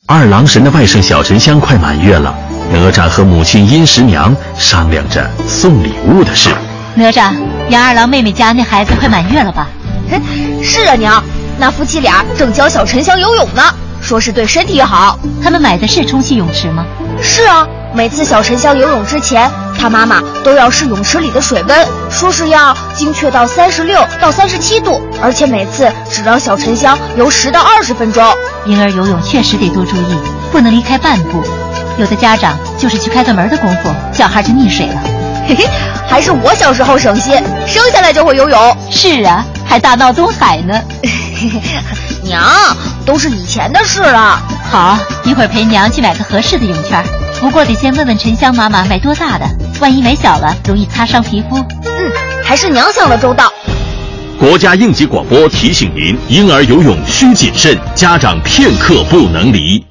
二郎神的外甥小沉香快满月了，哪吒和母亲殷十娘商量着送礼物的事。 哪吒，杨二郎妹妹家那孩子快满月了吧？ 是啊，娘，那夫妻俩正教小沉香游泳呢，说是对身体好。 他们买的是充气泳池吗？ 是啊，每次小沉香游泳之前，他妈妈都要试泳池里的水温，说是要精确到36到37度，而且每次只让小沉香游10到20分钟。 婴儿游泳确实得多注意，不能离开半步。有的家长就是去开个门的功夫，小孩就溺水了。 还是我小时候省心，生下来就会游泳。 是啊，还大闹东海呢。 娘，都是以前的事了。 好，一会儿陪娘去买个合适的泳圈，不过得先问问沉香妈妈买多大的，万一买小了容易擦伤皮肤。 还是娘想的周到。 国家应急广播提醒您：婴儿游泳需谨慎，家长片刻不能离。